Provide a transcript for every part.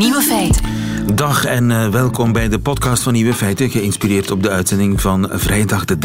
Nieuwe Feiten. Dag en welkom bij de podcast van Nieuwe Feiten, geïnspireerd op de uitzending van vrijdag de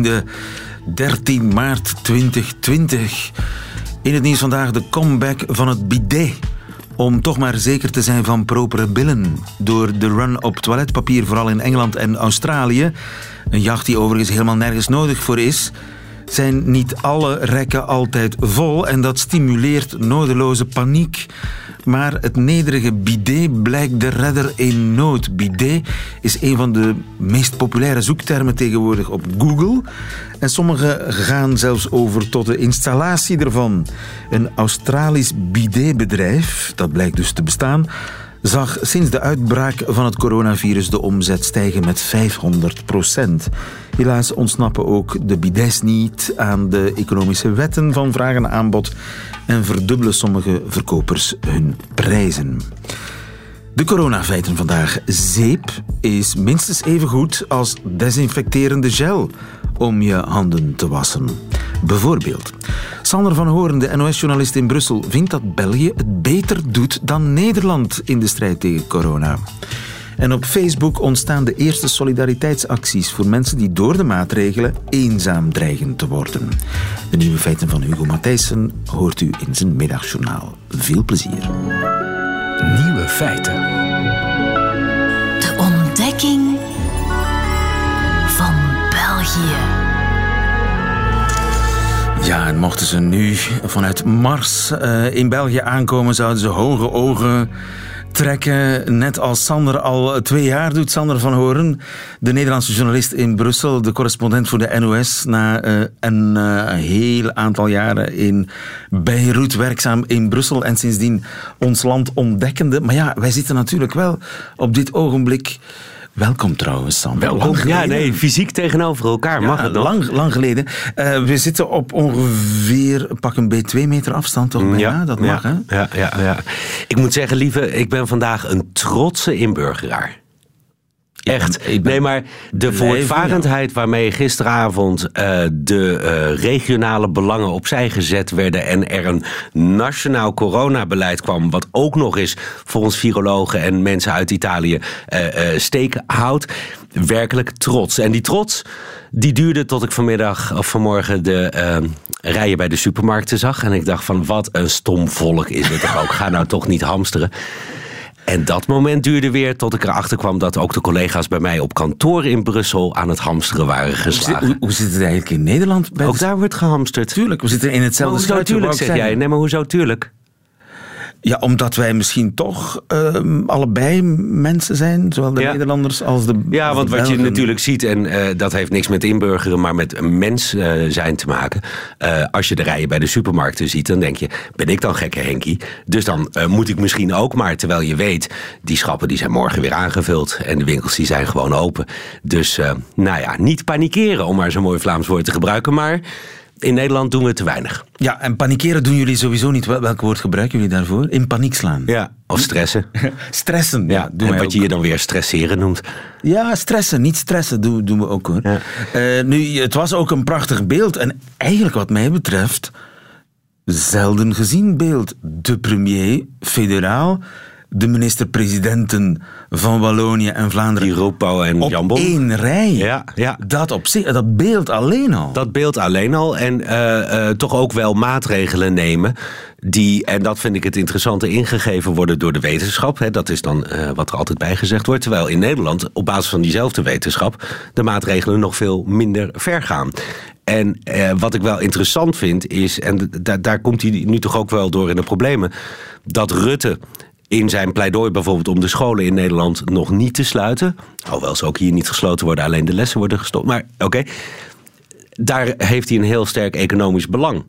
13 maart 2020. In het nieuws vandaag de comeback van het bidet. Om toch maar zeker te zijn van propere billen. Door de run op toiletpapier, vooral in Engeland en Australië, een jacht die overigens helemaal nergens nodig voor is, zijn niet alle rekken altijd vol en dat stimuleert nodeloze paniek. Maar het nederige bidet blijkt de redder in nood. Bidet is een van de meest populaire zoektermen tegenwoordig op Google. En sommigen gaan zelfs over tot de installatie ervan. Een Australisch bidetbedrijf, dat blijkt dus te bestaan, zag sinds de uitbraak van het coronavirus de omzet stijgen met 500%. Helaas ontsnappen ook de bidets niet aan de economische wetten van vraag en aanbod en verdubbelen sommige verkopers hun prijzen. De coronafeiten vandaag. Zeep is minstens even goed als desinfecterende gel om je handen te wassen. Bijvoorbeeld, Sander van Hoorn, de NOS-journalist in Brussel, vindt dat België het beter doet dan Nederland in de strijd tegen corona. En op Facebook ontstaan de eerste solidariteitsacties voor mensen die door de maatregelen eenzaam dreigen te worden. De nieuwe feiten van Hugo Matthijssen hoort u in zijn middagjournaal. Veel plezier. Nieuwe feiten. De ontdekking van België. Ja, en mochten ze nu vanuit Mars in België aankomen, zouden ze hoge ogen trekken, net als Sander al 2 jaar doet. Sander van Hoorn, de Nederlandse journalist in Brussel, de correspondent voor de NOS, na een heel aantal jaren in Beirut werkzaam in Brussel en sindsdien ons land ontdekkende. Maar ja, wij zitten natuurlijk wel op dit ogenblik. Welkom trouwens, Sander. Welkom. Ja, nee, fysiek tegenover elkaar. Mag het nog? Lang geleden. We zitten op ongeveer, pak een beetje 2 meter afstand toch bijna? Ja, dat mag, hè? Ja. Ik moet zeggen, lieve, ik ben vandaag een trotse inburgeraar. Echt. Nee, maar de voortvarendheid waarmee gisteravond de regionale belangen opzij gezet werden en er een nationaal coronabeleid kwam, wat ook nog eens volgens virologen en mensen uit Italië steek houdt. Werkelijk trots. En die trots, die duurde tot ik vanmorgen de rijen bij de supermarkten zag. En ik dacht van, wat een stom volk is het toch ook. Ga nou toch niet hamsteren. En dat moment duurde weer tot ik erachter kwam dat ook de collega's bij mij op kantoor in Brussel aan het hamsteren waren geslagen. Hoe zit het eigenlijk in Nederland? Ook daar wordt gehamsterd. Tuurlijk, we zitten in hetzelfde schuitje. Tuurlijk, zeg jij. Nee, maar hoezo tuurlijk? Ja, omdat wij misschien toch allebei mensen zijn, zowel de Nederlanders als de Ja, want wat je natuurlijk ziet, en dat heeft niks met inburgeren, maar met mens zijn te maken. Als je de rijen bij de supermarkten ziet, dan denk je, ben ik dan gekke Henkie? Dus dan moet ik misschien ook, maar terwijl je weet, die schappen die zijn morgen weer aangevuld en de winkels die zijn gewoon open. Dus, niet panikeren, om maar zo'n mooi Vlaams woord te gebruiken, maar in Nederland doen we te weinig. Ja, en panikeren doen jullie sowieso niet. Welk woord gebruiken jullie daarvoor? In paniek slaan. Ja, of stressen. Stressen. Ja, en wat je hier dan weer stresseren noemt. Ja, stressen. Niet stressen doen we ook, hoor. Ja. Nu, het was ook een prachtig beeld. En eigenlijk wat mij betreft, zelden gezien beeld. De premier, federaal, de minister-presidenten van Wallonië en Vlaanderen. Die Roopouw en Jan Bon. Op 1 rij. Ja. Dat op zich, dat beeld alleen al. Dat beeld alleen al. En toch ook wel maatregelen nemen die, en dat vind ik het interessante, ingegeven worden door de wetenschap. Hè. Dat is dan wat er altijd bij gezegd wordt. Terwijl in Nederland op basis van diezelfde wetenschap de maatregelen nog veel minder ver gaan. En wat ik wel interessant vind is, en daar komt hij nu toch ook wel door in de problemen, dat Rutte in zijn pleidooi bijvoorbeeld om de scholen in Nederland nog niet te sluiten, alhoewel ze ook hier niet gesloten worden, alleen de lessen worden gestopt. Maar oké, daar heeft hij een heel sterk economisch belang.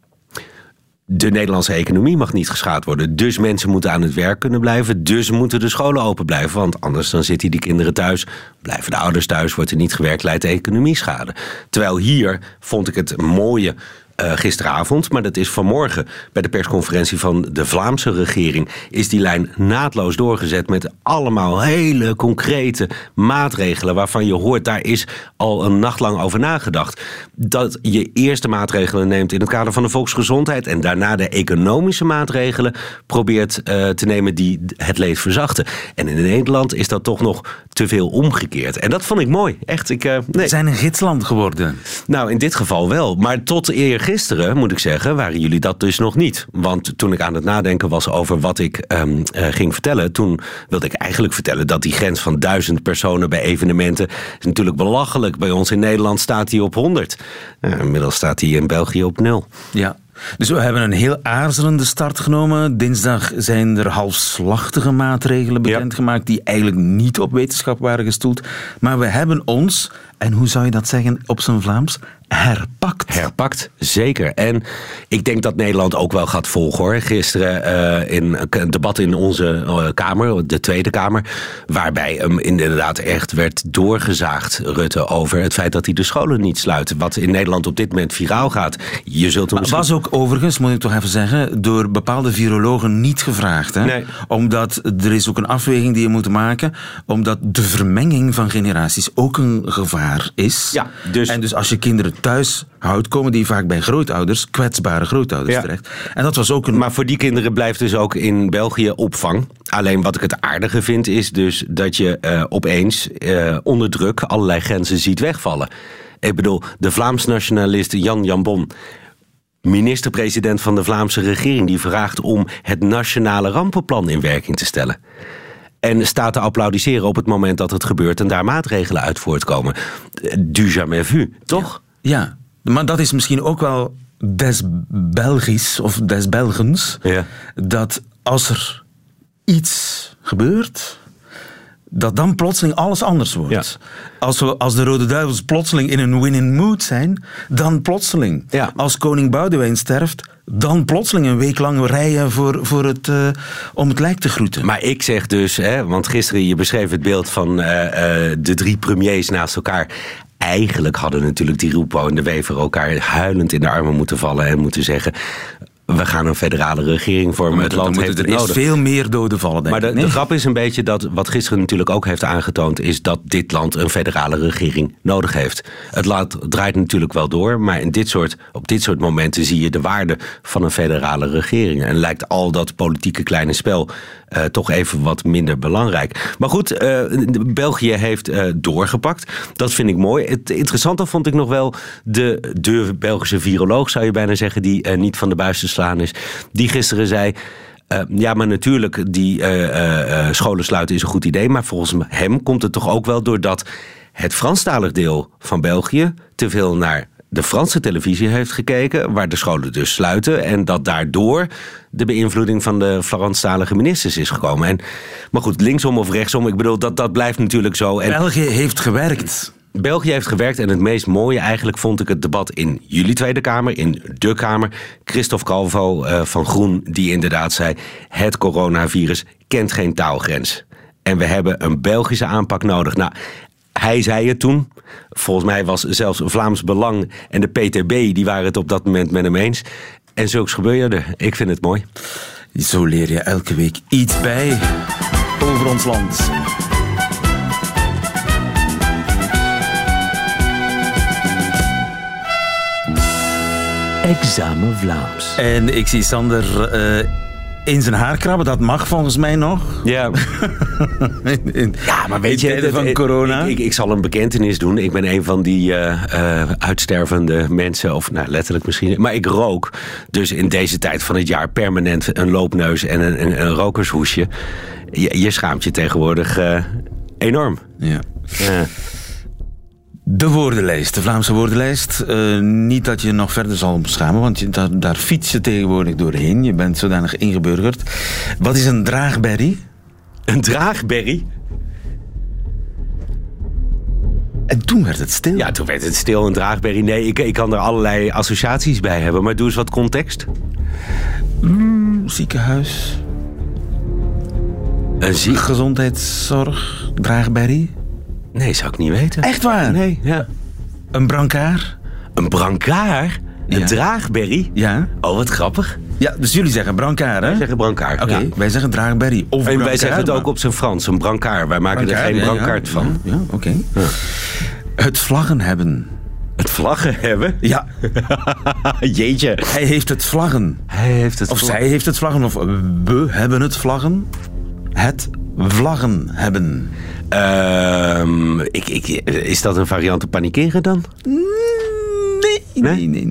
De Nederlandse economie mag niet geschaad worden. Dus mensen moeten aan het werk kunnen blijven. Dus moeten de scholen open blijven. Want anders dan zitten die kinderen thuis. Blijven de ouders thuis. Wordt er niet gewerkt, leidt de economie schade. Terwijl hier vond ik het mooie gisteravond, maar dat is vanmorgen bij de persconferentie van de Vlaamse regering, is die lijn naadloos doorgezet met allemaal hele concrete maatregelen waarvan je hoort, daar is al een nacht lang over nagedacht. Dat je eerst de maatregelen neemt in het kader van de volksgezondheid en daarna de economische maatregelen probeert te nemen die het leed verzachten. En in Nederland is dat toch nog te veel omgekeerd. En dat vond ik mooi. Echt, We zijn een gidsland geworden. Nou, in dit geval wel. Maar tot eergisteren, moet ik zeggen, waren jullie dat dus nog niet. Want toen ik aan het nadenken was over wat ik ging vertellen, toen wilde ik eigenlijk vertellen dat die grens van 1000 personen bij evenementen is natuurlijk belachelijk. Bij ons in Nederland staat die op 100. Inmiddels staat die in België op 0. Ja. Dus we hebben een heel aarzelende start genomen. Dinsdag zijn er halfslachtige maatregelen bekendgemaakt die eigenlijk niet op wetenschap waren gestoeld. Maar we hebben ons, en hoe zou je dat zeggen op zijn Vlaams, herpakt, zeker. En ik denk dat Nederland ook wel gaat volgen, hoor. Gisteren in een debat in onze Kamer, de Tweede Kamer, waarbij hem inderdaad echt werd doorgezaagd, Rutte, over het feit dat hij de scholen niet sluit. Wat in Nederland op dit moment viraal gaat. Je zult hem was ook overigens, moet ik toch even zeggen, door bepaalde virologen niet gevraagd. Hè? Nee. Omdat er is ook een afweging die je moet maken, omdat de vermenging van generaties ook een gevaar is. Ja, En dus als je kinderen thuis houdt, komen die vaak bij grootouders, kwetsbare grootouders terecht. En dat was ook een... Maar voor die kinderen blijft dus ook in België opvang. Alleen wat ik het aardige vind is dus dat je opeens onder druk allerlei grenzen ziet wegvallen. Ik bedoel, de Vlaams nationalist Jan Jambon, minister-president van de Vlaamse regering, die vraagt om het nationale rampenplan in werking te stellen. En staat te applaudisseren op het moment dat het gebeurt en daar maatregelen uit voortkomen. Du jamais vu, toch? Ja, maar dat is misschien ook wel des Belgisch of des Belgens. Ja. Dat als er iets gebeurt, dat dan plotseling alles anders wordt. Ja. Als de Rode Duivels plotseling in een winning mood zijn, dan plotseling. Ja. Als koning Boudewijn sterft, dan plotseling een week lang rijden om het lijk te groeten. Maar ik zeg dus, want gisteren je beschreef het beeld van de 3 premiers naast elkaar. Eigenlijk hadden natuurlijk die Roepo en de Wever elkaar huilend in de armen moeten vallen en moeten zeggen, we gaan een federale regering vormen. Het land heeft het nodig. Er veel meer doden vallen, denk ik. Maar de grap is een beetje dat wat gisteren natuurlijk ook heeft aangetoond, is dat dit land een federale regering nodig heeft. Het land draait natuurlijk wel door, maar op dit soort momenten zie je de waarde van een federale regering. En lijkt al dat politieke kleine spel toch even wat minder belangrijk. Maar goed, België heeft doorgepakt. Dat vind ik mooi. Het interessante vond ik nog wel de Belgische viroloog, zou je bijna zeggen, die niet van de buis te slaan is, die gisteren zei, ja, maar natuurlijk, die scholen sluiten is een goed idee, maar volgens hem komt het toch ook wel doordat het Franstalig deel van België te veel naar de Franse televisie heeft gekeken, waar de scholen dus sluiten, en dat daardoor de beïnvloeding van de Franstalige ministers is gekomen. Maar goed, linksom of rechtsom, ik bedoel, dat blijft natuurlijk zo. En België heeft gewerkt. België heeft gewerkt en het meest mooie eigenlijk vond ik het debat in jullie Tweede Kamer, in de Kamer. Christophe Calvo van Groen, die inderdaad zei, het coronavirus kent geen taalgrens. En we hebben een Belgische aanpak nodig. Nou, hij zei het toen. Volgens mij was zelfs Vlaams Belang en de PTB, die waren het op dat moment met hem eens. En zulks gebeurde. Ik vind het mooi. Zo leer je elke week iets bij over ons land. Examen Vlaams. En ik zie Sander in zijn haar krabben. Dat mag volgens mij nog. Ja. Ja, maar weet je, van corona. Ik zal een bekentenis doen. Ik ben een van die uitstervende mensen, of nou letterlijk misschien, maar ik rook. Dus in deze tijd van het jaar permanent een loopneus en een rokershoesje. Je schaamt je tegenwoordig enorm. Ja. De woordenlijst, de Vlaamse woordenlijst. Niet dat je nog verder zal schamen, want daar fiets je tegenwoordig doorheen. Je bent zodanig ingeburgerd. Wat is een draagberry? Een draagberry? En toen werd het stil. Ja, toen werd het stil, een draagberry. Nee, ik kan er allerlei associaties bij hebben, maar doe eens wat context. Ziekenhuis. Een gezondheidszorg, draagberry. Nee, zou ik niet weten. Echt waar? Nee, ja. Een brancard. Een brancard? Een draagberry? Ja. Oh, wat grappig. Ja, dus jullie zeggen brancard, hè? Wij zeggen brancard. Oké, wij zeggen draagberry. Of en wij zeggen het ook op zijn Frans, een brancard. Wij maken er geen brancard van. Ja, oké. Ja. Het vlaggen hebben. Het vlaggen hebben? Ja. Jeetje. Hij heeft het vlaggen. Zij heeft het vlaggen. Of we hebben het vlaggen. Het vlaggen hebben. Is dat een variant op panikeren dan? Nee.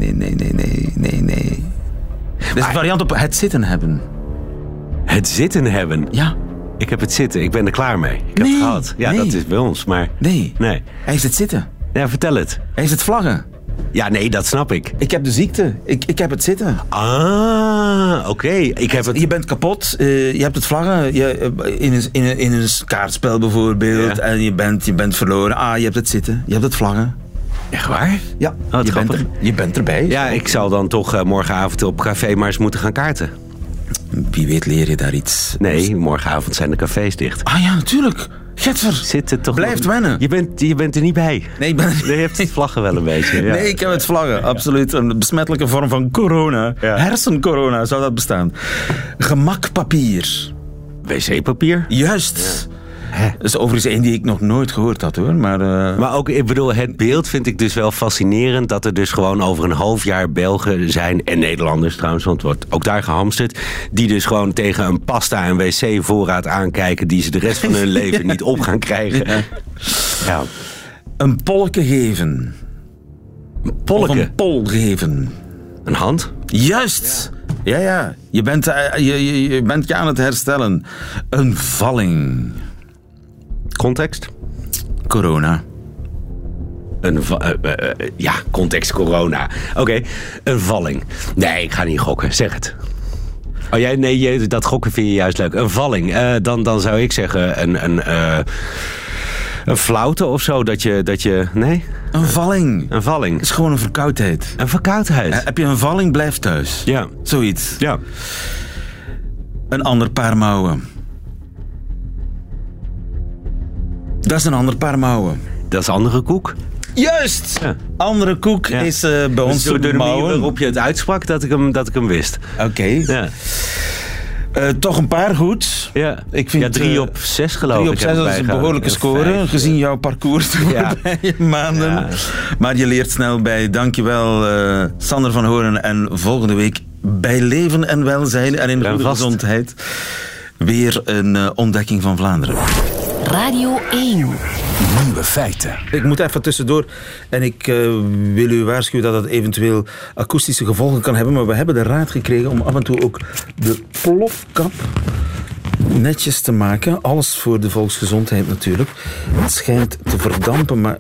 Dat is een variant op het zitten hebben. Het zitten hebben? Ja. Ik heb het zitten. Ik ben er klaar mee. Ik heb het gehad. Ja, dat is bij ons, maar... Nee. Hij heeft het zitten. Ja, vertel het. Hij heeft het vlaggen. Ja, nee, dat snap ik. Ik heb de ziekte. Ik heb het zitten. Ah, oké. Je bent kapot. Je hebt het vlaggen. In een kaartspel bijvoorbeeld. Ja. En je bent verloren. Je hebt het zitten. Je hebt het vlaggen. Echt waar? Ja. Je bent erbij. Ja, ik zal dan toch morgenavond op café maar eens moeten gaan kaarten. Wie weet leer je daar iets. Nee, morgenavond zijn de cafés dicht. Ah ja, natuurlijk. Getver. Zitten toch blijft wennen. Je bent er niet bij. Nee, je hebt het vlaggen wel een beetje. Ja. Nee, ik heb het vlaggen. Absoluut. Een besmettelijke vorm van corona. Ja. Hersencorona zou dat bestaan. Gemakpapier. Wc-papier? Juist. Ja. Dat is overigens één die ik nog nooit gehoord had, hoor. Maar ook, ik bedoel, het beeld vind ik dus wel fascinerend... dat er dus gewoon over een half jaar Belgen zijn... en Nederlanders trouwens, want het wordt ook daar gehamsterd... die dus gewoon tegen een pasta- en wc-voorraad aankijken... die ze de rest van hun leven niet op gaan krijgen. Ja. Een polke geven. Polke? Of een pol geven. Een hand? Juist! Ja. Je bent je aan het herstellen. Een valling. Context? Corona. Context corona. Oké, een valling. Nee, ik ga niet gokken. Zeg het. Oh, dat gokken vind je juist leuk. Een valling. Dan zou ik zeggen een flauwte of zo. Dat je... Nee? Een valling. Een valling. Het is gewoon een verkoudheid. Een verkoudheid. Heb je een valling, blijf thuis. Ja. Zoiets. Ja. Een ander paar mouwen. Dat is een ander paar mouwen. Dat is andere koek. Juist! Ja. Andere koek is bij ons door de manier waarop je het uitsprak dat ik hem wist. Oké. Ja. Toch een paar goed. Ja, ik vind 3 op 6 geloof ik. 3 op 6 is een behoorlijke score, gezien jouw parcours de voorbije maanden. Ja. Maar je leert snel bij. Dankjewel Sander van Horen. En volgende week bij Leven en Welzijn en in goede gezondheid weer een ontdekking van Vlaanderen. Radio 1. Nieuwe feiten. Ik moet even tussendoor en ik wil u waarschuwen dat het eventueel akoestische gevolgen kan hebben, maar we hebben de raad gekregen om af en toe ook de plofkap netjes te maken. Alles voor de volksgezondheid natuurlijk. Het schijnt te verdampen, maar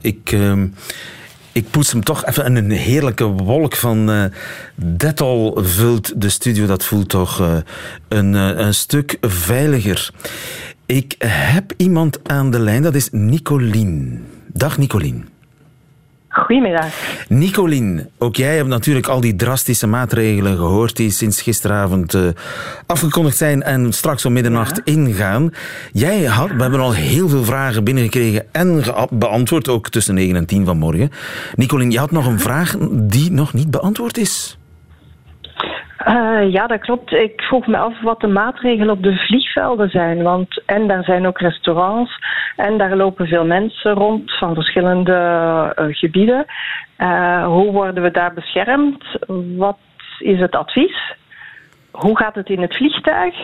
ik poets hem toch even en een heerlijke wolk van Dettol vult de studio. Dat voelt toch een stuk veiliger. Ik heb iemand aan de lijn, dat is Nicolien. Dag Nicolien. Goedemiddag. Nicolien, ook jij hebt natuurlijk al die drastische maatregelen gehoord die sinds gisteravond afgekondigd zijn en straks om middernacht ingaan. We hebben al heel veel vragen binnengekregen en beantwoord, ook tussen 9 en 10 vanmorgen. Nicolien, je had nog een vraag die nog niet beantwoord is. Ja, dat klopt. Ik vroeg me af wat de maatregelen op de vliegvelden zijn. En daar zijn ook restaurants en daar lopen veel mensen rond van verschillende gebieden. Hoe worden we daar beschermd? Wat is het advies? Hoe gaat het in het vliegtuig?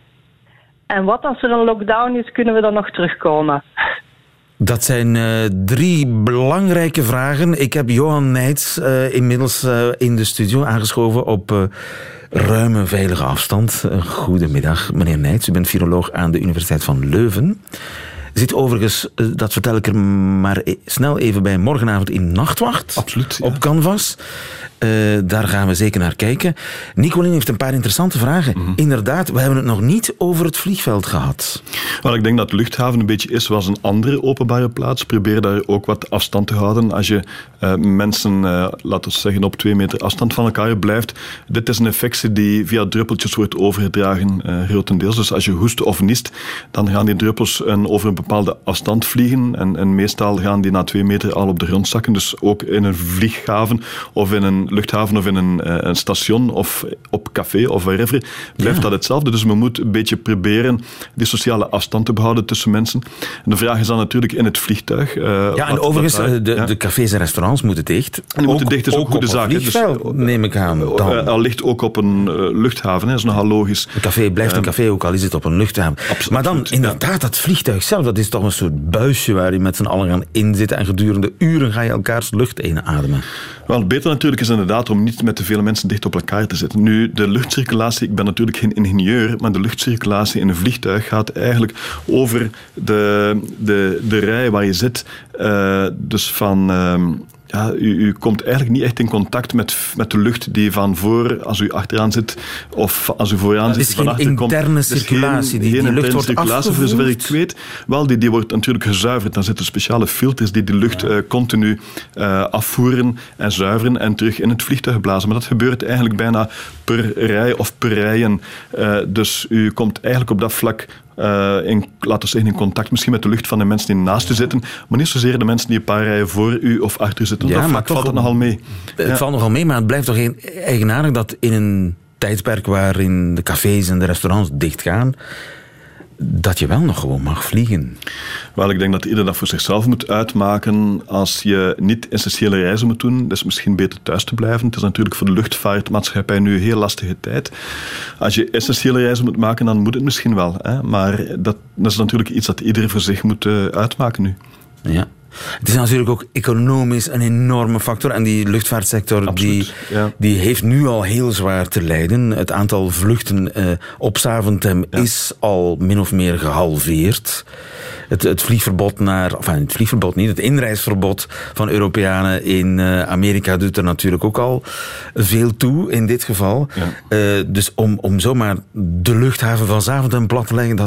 En wat als er een lockdown is, kunnen we dan nog terugkomen? Dat zijn 3 belangrijke vragen. Ik heb Johan Nijts inmiddels in de studio aangeschoven op ruime, veilige afstand. Goedemiddag, meneer Nijts. U bent viroloog aan de Universiteit van Leuven. Zit overigens, dat vertel ik er maar snel even bij, morgenavond in Nachtwacht. Absoluut, ja. Op Canvas. Daar gaan we zeker naar kijken. Nicolien heeft een paar interessante vragen. Mm-hmm. Inderdaad, we hebben het nog niet over het vliegveld gehad. Wel, ik denk dat de luchthaven een beetje is zoals een andere openbare plaats. Probeer daar ook wat afstand te houden. Als je mensen, laten we zeggen, op 2 meter afstand van elkaar blijft. Dit is een infectie die via druppeltjes wordt overgedragen, grotendeels. Dus als je hoest of niest, dan gaan die druppels over een bepaalde afstand vliegen. En meestal gaan die na 2 meter al op de grond zakken. Dus ook in een vlieghaven of in een luchthaven of in een station of op café of wherever blijft dat hetzelfde. Dus men moet een beetje proberen die sociale afstand te behouden tussen mensen. En de vraag is dan natuurlijk in het vliegtuig. En overigens, de cafés en restaurants moeten dicht. En die moeten dicht, is ook een goede zaak. Dus, neem ik aan. Al ligt ook op een luchthaven, dat is nogal logisch. Een café blijft een café, ook al is het op een luchthaven. Absoluut, maar dan inderdaad, dat vliegtuig zelf, dat is toch een soort buisje waar je met z'n allen gaan inzitten en gedurende uren ga je elkaars lucht inademen. Wel, beter natuurlijk is inderdaad om niet met te veel mensen dicht op elkaar te zitten. Nu, de luchtcirculatie, ik ben natuurlijk geen ingenieur, maar de luchtcirculatie in een vliegtuig gaat eigenlijk over de rij waar je zit. Dus van... u komt eigenlijk niet echt in contact met de lucht die van voor, als u achteraan zit, of als u vooraan zit, van achter komt. Het is geen interne circulatie. Die lucht wordt afgevoerd. Voor zover ik weet. Wel, die wordt natuurlijk gezuiverd. Dan zitten speciale filters die de lucht continu afvoeren en zuiveren en terug in het vliegtuig blazen. Maar dat gebeurt eigenlijk bijna per rij of per rijen. Dus u komt eigenlijk op dat vlak in contact misschien met de lucht van de mensen die naast u zitten, maar niet zozeer de mensen die een paar rijen voor u of achter u zitten. Dat valt het nogal mee. Het valt nogal mee, maar het blijft toch eigenaardig dat in een tijdperk waarin de cafés en de restaurants dichtgaan, dat je wel nog gewoon mag vliegen. Wel, ik denk dat ieder dat voor zichzelf moet uitmaken. Als je niet essentiële reizen moet doen, is het misschien beter thuis te blijven. Het is natuurlijk voor de luchtvaartmaatschappij nu een heel lastige tijd. Als je essentiële reizen moet maken, dan moet het misschien wel. Hè? Maar dat is natuurlijk iets dat ieder voor zich moet uitmaken nu. Ja. Het is natuurlijk ook economisch een enorme factor. En die luchtvaartsector die heeft nu al heel zwaar te lijden. Het aantal vluchten op Zaventem is al min of meer gehalveerd. Het vliegverbod het inreisverbod van Europeanen in Amerika doet er natuurlijk ook al veel toe in dit geval. Ja. Dus om zomaar de luchthaven van Zaventem plat te leggen,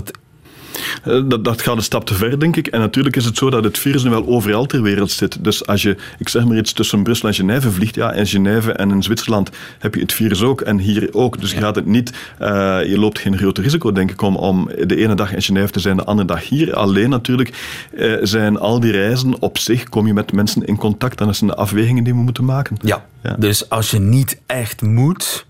dat gaat een stap te ver, denk ik. En natuurlijk is het zo dat het virus nu wel overal ter wereld zit. Dus als je, ik zeg maar iets, tussen Brussel en Genève vliegt, in Genève en in Zwitserland heb je het virus ook en hier ook. Dus je gaat het niet, je loopt geen groot risico, denk ik, om de ene dag in Genève te zijn, de andere dag hier. Alleen natuurlijk zijn al die reizen op zich, kom je met mensen in contact. Dan zijn de afwegingen die we moeten maken. Ja. Dus als je niet echt moet...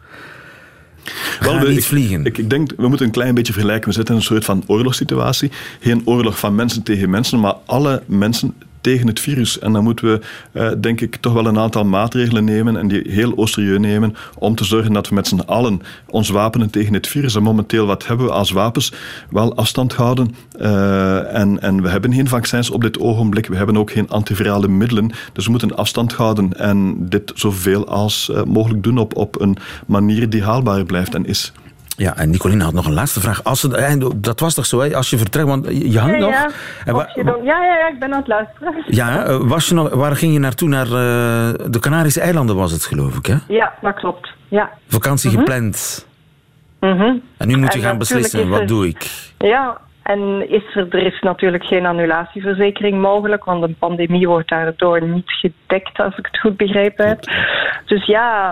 niet vliegen. Ik denk, we moeten een klein beetje vergelijken. We zitten in een soort van oorlogssituatie. Geen oorlog van mensen tegen mensen, maar alle mensen tegen het virus. En dan moeten we, denk ik, toch wel een aantal maatregelen nemen en die heel serieus nemen om te zorgen dat we met z'n allen ons wapenen tegen het virus. En momenteel, wat hebben we als wapens? Wel afstand houden. En we hebben geen vaccins op dit ogenblik. We hebben ook geen antivirale middelen. Dus we moeten afstand houden en dit zoveel als mogelijk doen op een manier die haalbaar blijft en is. Ja, en Nicoline had nog een laatste vraag. Dat was toch zo, hè? Als je vertrekt, want je hangt nog. Ja, ik ben aan het luisteren. Ja, waar ging je naartoe? Naar de Canarische eilanden was het, geloof ik, hè? Ja, dat klopt. Ja. Vakantie gepland. Mm-hmm. En nu moet je gaan beslissen, wat doe ik? Ja, en er is natuurlijk geen annulatieverzekering mogelijk, want een pandemie wordt daardoor niet gedekt, als ik het goed begrepen heb. Dus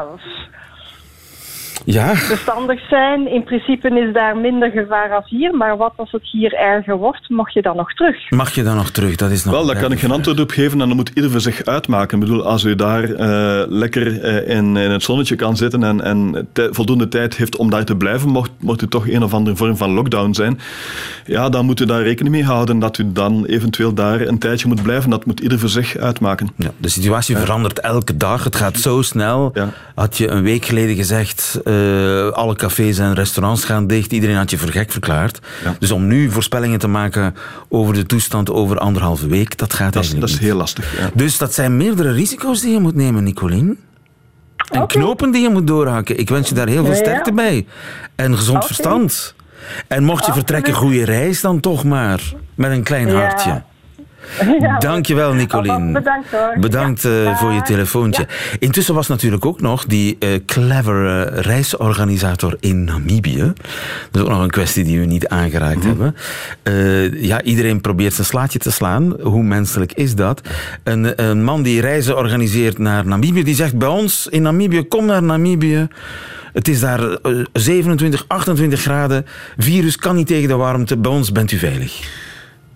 verstandig zijn. In principe is daar minder gevaar als hier, maar wat als het hier erger wordt, mag je dan nog terug? Mag je dan nog terug? Dat is nog wel, daar kan ik geen antwoord op geven en dan moet ieder voor zich uitmaken. Ik bedoel, als u daar lekker in het zonnetje kan zitten en voldoende tijd heeft om daar te blijven, mocht u toch een of andere vorm van lockdown zijn, dan moet u daar rekening mee houden dat u dan eventueel daar een tijdje moet blijven. Dat moet ieder voor zich uitmaken. Ja, de situatie verandert elke dag. Het gaat zo snel. Ja. Had je een week geleden gezegd, alle cafés en restaurants gaan dicht. Iedereen had je voor gek verklaard. Ja. Dus om nu voorspellingen te maken over de toestand over 1,5 week, dat gaat eigenlijk niet. Dat is heel lastig. Ja. Dus dat zijn meerdere risico's die je moet nemen, Nicoline. En knopen die je moet doorhakken. Ik wens je daar heel veel sterkte bij. En gezond verstand. En mocht je vertrekken, goede reis dan toch maar. Met een klein hartje. Ja, dankjewel, Nicoline. Bedankt hoor. Bedankt voor je telefoontje. Ja. Intussen was natuurlijk ook nog die clevere reisorganisator in Namibië. Dat is ook nog een kwestie die we niet aangeraakt hebben. Iedereen probeert zijn slaatje te slaan. Hoe menselijk is dat? Een man die reizen organiseert naar Namibië, die zegt bij ons in Namibië, kom naar Namibië. Het is daar 27, 28 graden. Virus kan niet tegen de warmte. Bij ons bent u veilig.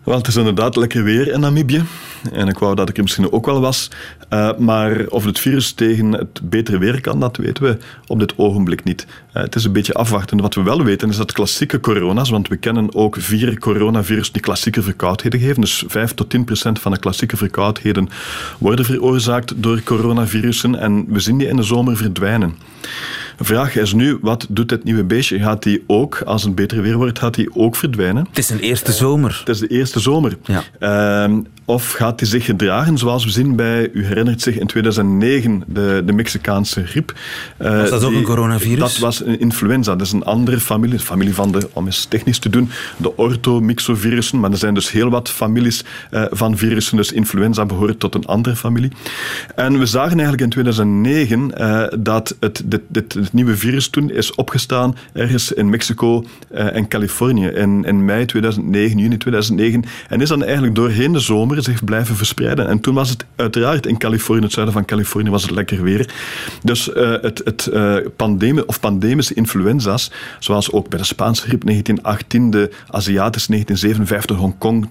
Wel, het is inderdaad lekker weer in Namibië. En ik wou dat ik er misschien ook wel was. Maar of het virus tegen het betere weer kan, dat weten we op dit ogenblik niet. Het is een beetje afwachten. Wat we wel weten is dat klassieke corona's, want we kennen ook 4 coronavirus die klassieke verkoudheden geven. Dus 5-10% van de klassieke verkoudheden worden veroorzaakt door coronavirussen. En we zien die in de zomer verdwijnen. De vraag is nu, wat doet dit nieuwe beestje? Gaat die ook, als het beter weer wordt, gaat die ook verdwijnen? Het is een eerste zomer. Het is de eerste zomer. Ja. Of gaat die zich gedragen zoals we zien bij, u herinnert zich in 2009, de Mexicaanse griep. Was dat ook een coronavirus? Dat was een influenza. Dat is een andere familie van de, om eens technisch te doen, de orthomyxovirussen. Maar er zijn dus heel wat families van virussen. Dus influenza behoort tot een andere familie. En we zagen eigenlijk in 2009 dat het nieuwe virus toen is opgestaan ergens in Mexico en Californië in mei 2009, juni 2009. En is dan eigenlijk doorheen de zomer zich blijven verspreiden. En toen was het uiteraard in Californië, het zuiden van Californië, was het lekker weer. Dus pandemische influenza's, zoals ook bij de Spaanse griep 1918, de Aziatische 1957, Hongkong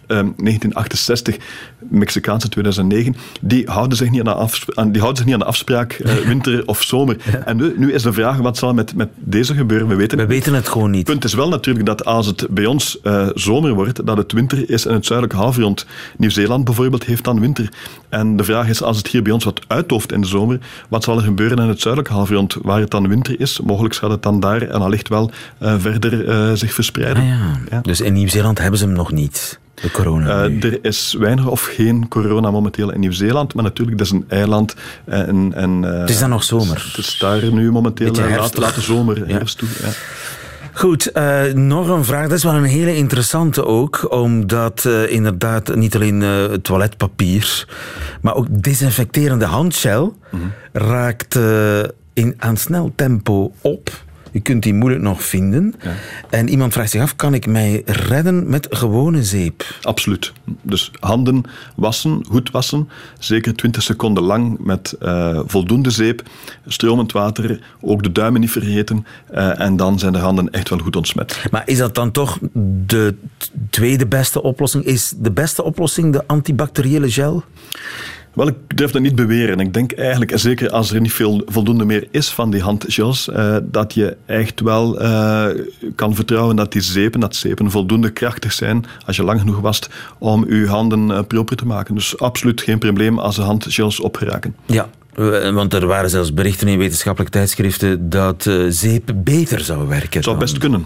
1968, Mexicaanse 2009, die houden zich niet aan de afspraak winter of zomer. Ja. En nu is de vraag, wat zal met deze gebeuren? We weten het gewoon niet. Het punt is wel natuurlijk dat als het bij ons zomer wordt, dat het winter is in het zuidelijk halfrond. Nieuw-Zeeland bijvoorbeeld heeft dan winter. En de vraag is, als het hier bij ons wat uitdooft in de zomer, wat zal er gebeuren in het zuidelijk halfrond, waar het dan winter is? Mogelijk gaat het dan daar en allicht wel verder zich verspreiden. Ja. Dus in Nieuw-Zeeland hebben ze hem nog niet, de corona? Er is weinig of geen corona momenteel in Nieuw-Zeeland, maar natuurlijk, dat is een eiland. Het is dan nog zomer? Het is daar nu momenteel late zomer, herfst toe. Ja. Goed, nog een vraag. Dat is wel een hele interessante ook, omdat inderdaad niet alleen toiletpapier, maar ook desinfecterende handgel raakt aan snel tempo op. Je kunt die moeilijk nog vinden. Ja. En iemand vraagt zich af, kan ik mij redden met gewone zeep? Absoluut. Dus handen wassen, goed wassen. Zeker 20 seconden lang met voldoende zeep. Stromend water, ook de duimen niet vergeten. En dan zijn de handen echt wel goed ontsmet. Maar is dat dan toch de tweede beste oplossing? Is de beste oplossing de antibacteriële gel? Wel, ik durf dat niet beweren. Ik denk eigenlijk, zeker als er niet voldoende meer is van die handgels, dat je echt wel kan vertrouwen dat die zeepen voldoende krachtig zijn, als je lang genoeg wast, om je handen proper te maken. Dus absoluut geen probleem als de handgels opgeraken. Ja. Want er waren zelfs berichten in wetenschappelijke tijdschriften dat zeep beter zou werken. Het zou best kunnen.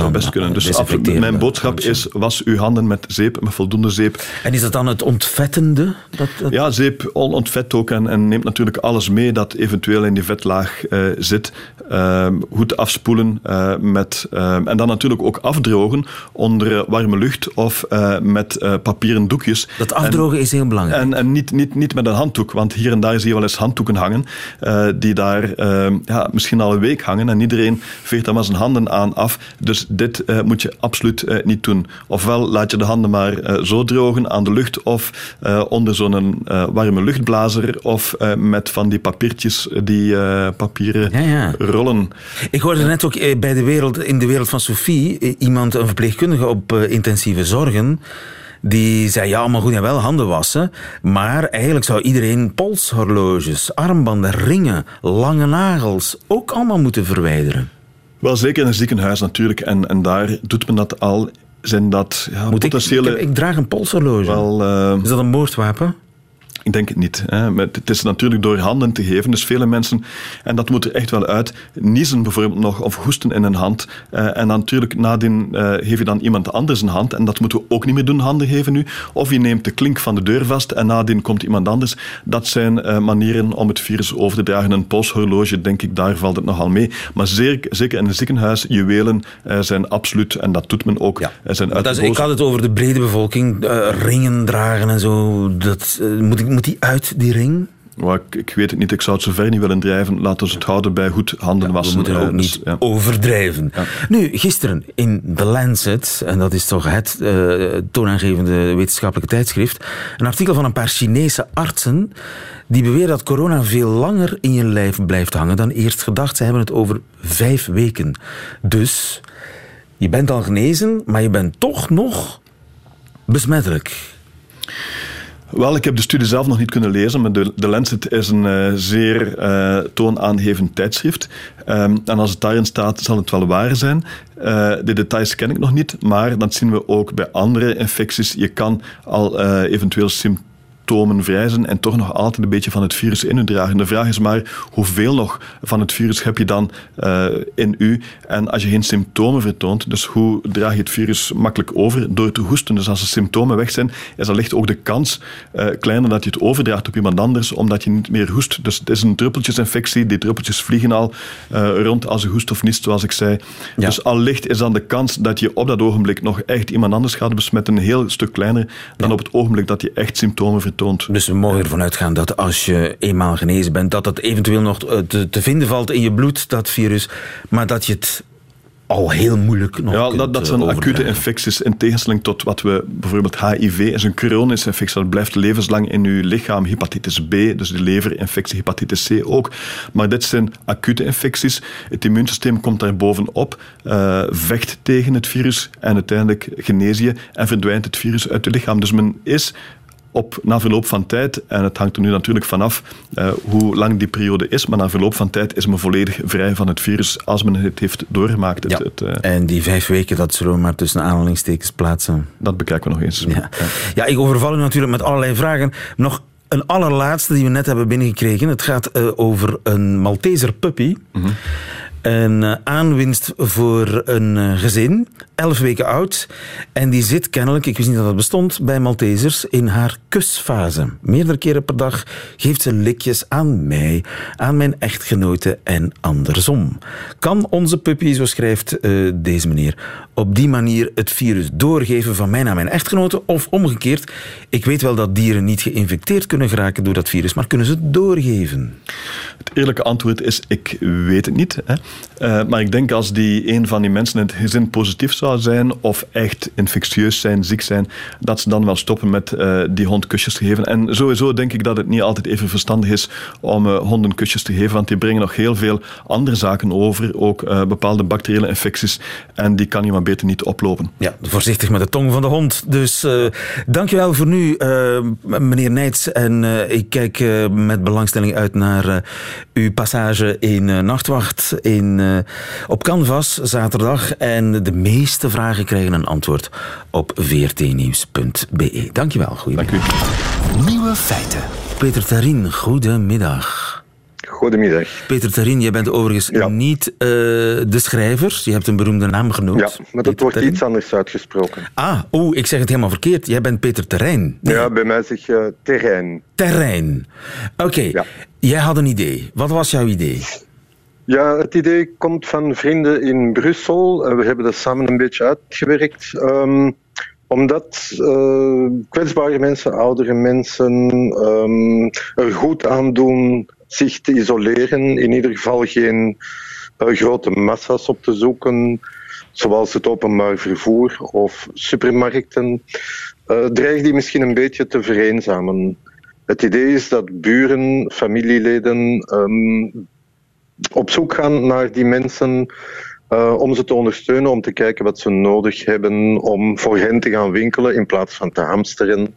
Dus mijn boodschap is, was uw handen met zeep, met voldoende zeep. En is dat dan het ontvettende? Ja, zeep ontvet ook en neemt natuurlijk alles mee dat eventueel in die vetlaag zit. Goed afspoelen en dan natuurlijk ook afdrogen onder warme lucht of met papieren doekjes. Dat afdrogen is heel belangrijk. En niet met een handdoek, want hier en daar zie je wel eens handdoeken hangen die daar misschien al een week hangen en iedereen veegt dan maar zijn handen aan af. Dus dit moet je absoluut niet doen. Ofwel laat je de handen maar zo drogen aan de lucht of onder zo'n warme luchtblazer of met van die papiertjes, die papieren rollen. Ik hoorde net ook in de wereld van Sophie een verpleegkundige op intensieve zorgen, die zei, ja, maar goed en wel handen wassen, maar eigenlijk zou iedereen polshorloges, armbanden, ringen, lange nagels ook allemaal moeten verwijderen. Wel, zeker in een ziekenhuis natuurlijk. En daar doet men dat al. Zijn dat potentiële... Ik draag een polshorloge. Is dat een moordwapen? Ik denk het niet. Hè. Het is natuurlijk door handen te geven. Dus vele mensen, en dat moet er echt wel uit, niezen bijvoorbeeld nog of hoesten in hun hand. En dan natuurlijk nadien geef je dan iemand anders een hand. En dat moeten we ook niet meer doen, handen geven nu. Of je neemt de klink van de deur vast en nadien komt iemand anders. Dat zijn manieren om het virus over te dragen. Een polshorloge, denk ik, daar valt het nogal mee. Maar zeker in een ziekenhuis, juwelen zijn absoluut, en dat doet men ook, zijn ik had het over de brede bevolking, ringen dragen en zo. Moet die uit, die ring? Ik weet het niet, ik zou het zo ver niet willen drijven. Laten we het houden bij goed handen wassen. We moeten ook niet overdrijven. Ja. Nu, gisteren in The Lancet, en dat is toch het toonaangevende wetenschappelijke tijdschrift, een artikel van een paar Chinese artsen die beweren dat corona veel langer in je lijf blijft hangen dan eerst gedacht. Ze hebben het over 5 weken. Dus je bent al genezen, maar je bent toch nog besmettelijk? Wel, ik heb de studie zelf nog niet kunnen lezen, maar de Lancet is een zeer toonaangevend tijdschrift. En als het daarin staat, zal het wel waar zijn. De details ken ik nog niet, maar dat zien we ook bij andere infecties. Je kan al eventueel symptomenvrij zijn en toch nog altijd een beetje van het virus in u dragen. De vraag is maar, hoeveel nog van het virus heb je dan in u? En als je geen symptomen vertoont, dus hoe draag je het virus makkelijk over? Door te hoesten. Dus als de symptomen weg zijn, is allicht ook de kans kleiner dat je het overdraagt op iemand anders, omdat je niet meer hoest. Dus het is een druppeltjesinfectie. Die druppeltjes vliegen al rond als je hoest of niest, zoals ik zei. Ja. Dus allicht is dan de kans dat je op dat ogenblik nog echt iemand anders gaat besmetten een heel stuk kleiner dan op het ogenblik dat je echt symptomen vertoont. Dus we mogen ervan uitgaan dat als je eenmaal genezen bent, dat het eventueel nog te vinden valt in je bloed, dat virus, maar dat je het al heel moeilijk nog kunt dat zijn acute infecties. In tegenstelling tot wat we bijvoorbeeld HIV is een chronische infectie. Dat blijft levenslang in uw lichaam. Hepatitis B, dus de leverinfectie, hepatitis C ook. Maar dit zijn acute infecties. Het immuunsysteem komt daar bovenop, vecht tegen het virus en uiteindelijk genees je en verdwijnt het virus uit je lichaam. Dus men is na verloop van tijd, en het hangt er nu natuurlijk vanaf hoe lang die periode is, maar na verloop van tijd is men volledig vrij van het virus als men het heeft doorgemaakt. En die 5 weken, dat zullen we maar tussen aanhalingstekens plaatsen. Dat bekijken we nog eens. Ja, ik overval u natuurlijk met allerlei vragen. Nog een allerlaatste die we net hebben binnengekregen. Het gaat over een Malteser puppy. Mm-hmm. Een aanwinst voor een gezin, 11 weken oud. En die zit kennelijk, ik wist niet dat dat bestond, bij Maltesers in haar kusfase. Meerdere keren per dag geeft ze likjes aan mij, aan mijn echtgenote en andersom. Kan onze puppy, zo schrijft deze meneer, op die manier het virus doorgeven van mij naar mijn echtgenote of omgekeerd? Ik weet wel dat dieren niet geïnfecteerd kunnen geraken door dat virus, maar kunnen ze het doorgeven? Het eerlijke antwoord is, ik weet het niet. Maar ik denk als een van die mensen in het gezin positief zou zijn of echt infectieus zijn, ziek zijn, dat ze dan wel stoppen met die hond kusjes te geven. En sowieso denk ik dat het niet altijd even verstandig is om honden kusjes te geven, want die brengen nog heel veel andere zaken over, ook bepaalde bacteriële infecties, en die kan je maar beter niet oplopen. Ja, voorzichtig met de tong van de hond. Dus dankjewel voor nu, meneer Nijts. En ik kijk met belangstelling uit naar uw passage in Nachtwacht op Canvas zaterdag. En de meeste vragen krijgen een antwoord op vrtnieuws.be. Dankjewel, goedemiddag. Dank u. Nieuwe feiten. Peter Tarin, goedemiddag. Goedemiddag. Peter Tarin, jij bent overigens niet de schrijver. Je hebt een beroemde naam genoemd. Ja, maar dat wordt iets anders uitgesproken. Ik zeg het helemaal verkeerd. Jij bent Peter Terrein. Nee. Ja, bij mij zeg je terrein. Terrein. Oké. Jij had een idee. Wat was jouw idee? Ja, het idee komt van vrienden in Brussel. We hebben dat samen een beetje uitgewerkt. Omdat kwetsbare mensen, oudere mensen er goed aan doen zich te isoleren. In ieder geval geen grote massa's op te zoeken, zoals het openbaar vervoer of supermarkten. Dreigt die misschien een beetje te vereenzamen. Het idee is dat buren, familieleden op zoek gaan naar die mensen om ze te ondersteunen, om te kijken wat ze nodig hebben om voor hen te gaan winkelen in plaats van te hamsteren.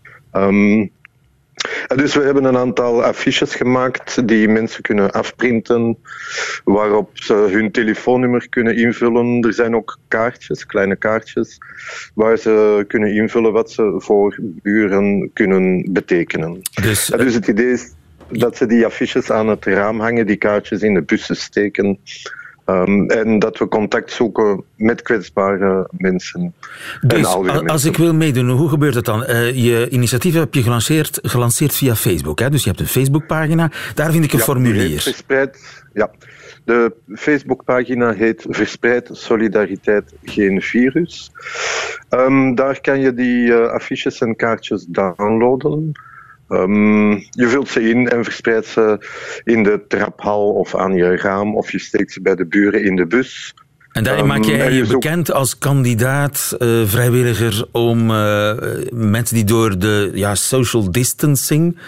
Dus we hebben een aantal affiches gemaakt die mensen kunnen afprinten, waarop ze hun telefoonnummer kunnen invullen. Er zijn ook kaartjes, kleine kaartjes, waar ze kunnen invullen wat ze voor buren kunnen betekenen. Dus het idee is dat ze die affiches aan het raam hangen, die kaartjes in de bussen steken. En dat we contact zoeken met kwetsbare mensen en oudere mensen. Als ik wil meedoen, hoe gebeurt het dan? Je initiatief heb je gelanceerd via Facebook. Hè? Dus je hebt een Facebookpagina. Daar vind ik een formulier. De Facebookpagina heet Verspreid Solidariteit Geen Virus. Daar kan je die affiches en kaartjes downloaden. Je vult ze in en verspreidt ze in de traphal of aan je raam, of je steekt ze bij de buren in de bus. En daarin maak jij je bekend als kandidaat, vrijwilliger, om mensen die door de social distancing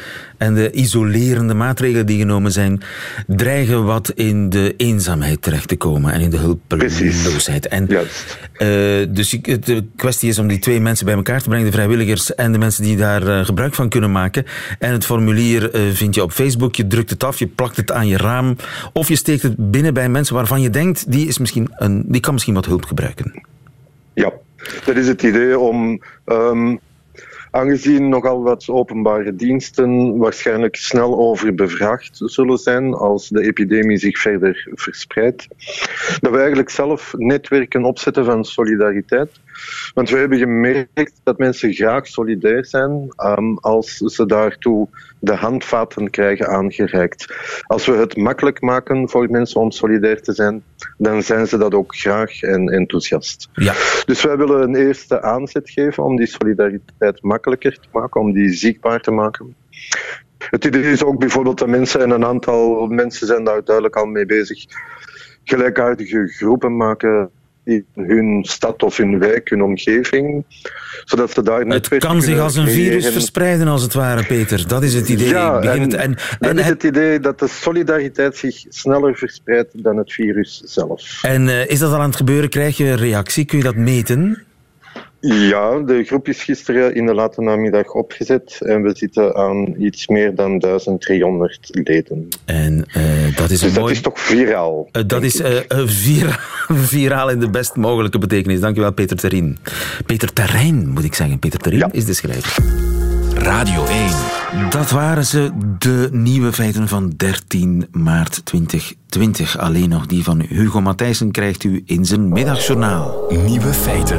en de isolerende maatregelen die genomen zijn, dreigen wat in de eenzaamheid terecht te komen en in de hulpeloosheid. En, dus de kwestie is om die twee mensen bij elkaar te brengen, de vrijwilligers en de mensen die daar gebruik van kunnen maken. En het formulier vind je op Facebook, je drukt het af, je plakt het aan je raam, of je steekt het binnen bij mensen waarvan je denkt, die kan misschien wat hulp gebruiken. Ja, dat is het idee om, aangezien nogal wat openbare diensten waarschijnlijk snel overbevraagd zullen zijn als de epidemie zich verder verspreidt, dat we eigenlijk zelf netwerken opzetten van solidariteit. Want we hebben gemerkt dat mensen graag solidair zijn als ze daartoe de handvaten krijgen aangereikt. Als we het makkelijk maken voor mensen om solidair te zijn, dan zijn ze dat ook graag en enthousiast. Ja. Dus wij willen een eerste aanzet geven om die solidariteit makkelijker te maken, om die zichtbaar te maken. Het idee is ook bijvoorbeeld dat mensen, en een aantal mensen zijn daar duidelijk al mee bezig, gelijkaardige groepen maken in hun stad of hun wijk, hun omgeving, zodat ze daar het kan zich als een virus verspreiden, als het ware, Peter. Dat is het idee. Ja, dat is het idee dat de solidariteit zich sneller verspreidt dan het virus zelf. En is dat al aan het gebeuren? Krijg je reactie? Kun je dat meten? Ja, de groep is gisteren in de late namiddag opgezet en we zitten aan iets meer dan 1300 leden. En dat is dus dat is toch viraal? Dat is viraal in de best mogelijke betekenis. Dankjewel, Peter Terrein. Peter Terrein, moet ik zeggen. Peter Terrein is de schrijver. Radio 1. Dat waren ze, de nieuwe feiten van 13 maart 2020. Alleen nog die van Hugo Matthijssen krijgt u in zijn middagjournaal. Nieuwe feiten.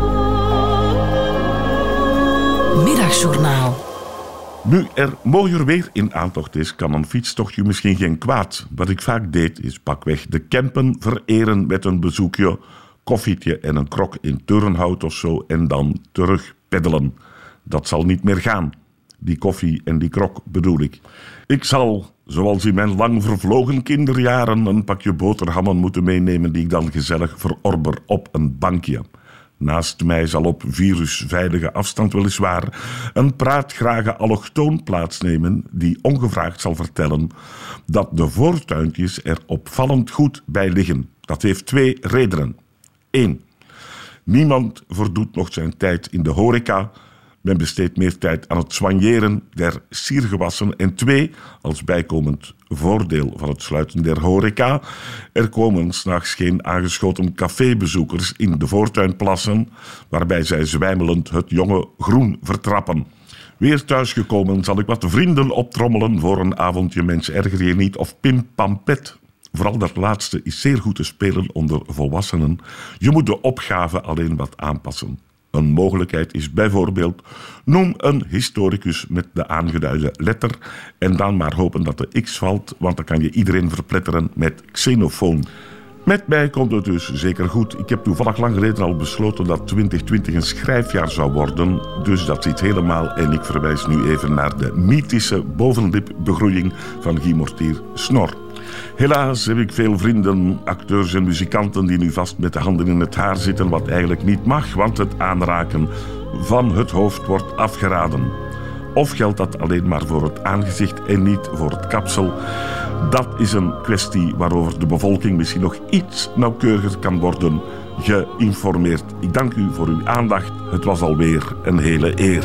Middagjournaal. Nu er mooier weer in aantocht is, kan een fietstochtje misschien geen kwaad. Wat ik vaak deed, is pakweg de Kempen vereren met een bezoekje, koffietje en een krok in Turnhout of zo en dan terug peddelen. Dat zal niet meer gaan. Die koffie en die krok bedoel ik. Ik zal, zoals in mijn lang vervlogen kinderjaren, een pakje boterhammen moeten meenemen die ik dan gezellig verorber op een bankje. Naast mij zal op virusveilige afstand weliswaar een praatgrage allochtoon plaatsnemen die ongevraagd zal vertellen dat de voortuintjes er opvallend goed bij liggen. Dat heeft 2 redenen. 1. Niemand verdoet nog zijn tijd in de horeca. Men besteedt meer tijd aan het soigneren der siergewassen. En 2, als bijkomend voordeel van het sluiten der horeca, er komen 's nachts geen aangeschoten cafébezoekers in de voortuin plassen, waarbij zij zwijmelend het jonge groen vertrappen. Weer thuisgekomen zal ik wat vrienden optrommelen voor een avondje Mens erger je niet of Pim Pam Pet. Vooral dat laatste is zeer goed te spelen onder volwassenen. Je moet de opgave alleen wat aanpassen. Een mogelijkheid is bijvoorbeeld, noem een historicus met de aangeduide letter en dan maar hopen dat de X valt, want dan kan je iedereen verpletteren met xenofoon. Met mij komt het dus zeker goed. Ik heb toevallig lang geleden al besloten dat 2020 een schrijfjaar zou worden, dus dat zit helemaal en ik verwijs nu even naar de mythische bovenlipbegroeiing van Guy Mortier Snor. Helaas heb ik veel vrienden, acteurs en muzikanten die nu vast met de handen in het haar zitten, wat eigenlijk niet mag, want het aanraken van het hoofd wordt afgeraden. Of geldt dat alleen maar voor het aangezicht en niet voor het kapsel? Dat is een kwestie waarover de bevolking misschien nog iets nauwkeuriger kan worden geïnformeerd. Ik dank u voor uw aandacht. Het was alweer een hele eer.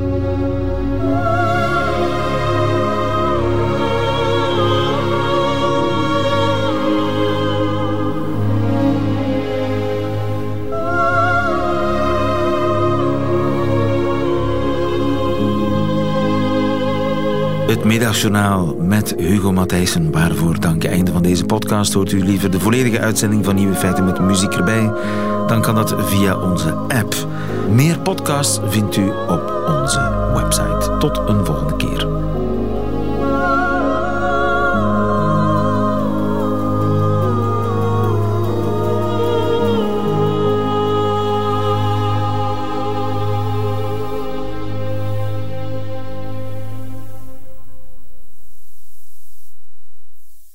Het middagjournaal met Hugo Matthijssen. Waarvoor dank. Einde van deze podcast. Hoort u liever de volledige uitzending van Nieuwe Feiten met muziek erbij? Dan kan dat via onze app. Meer podcasts vindt u op onze website. Tot een volgende keer.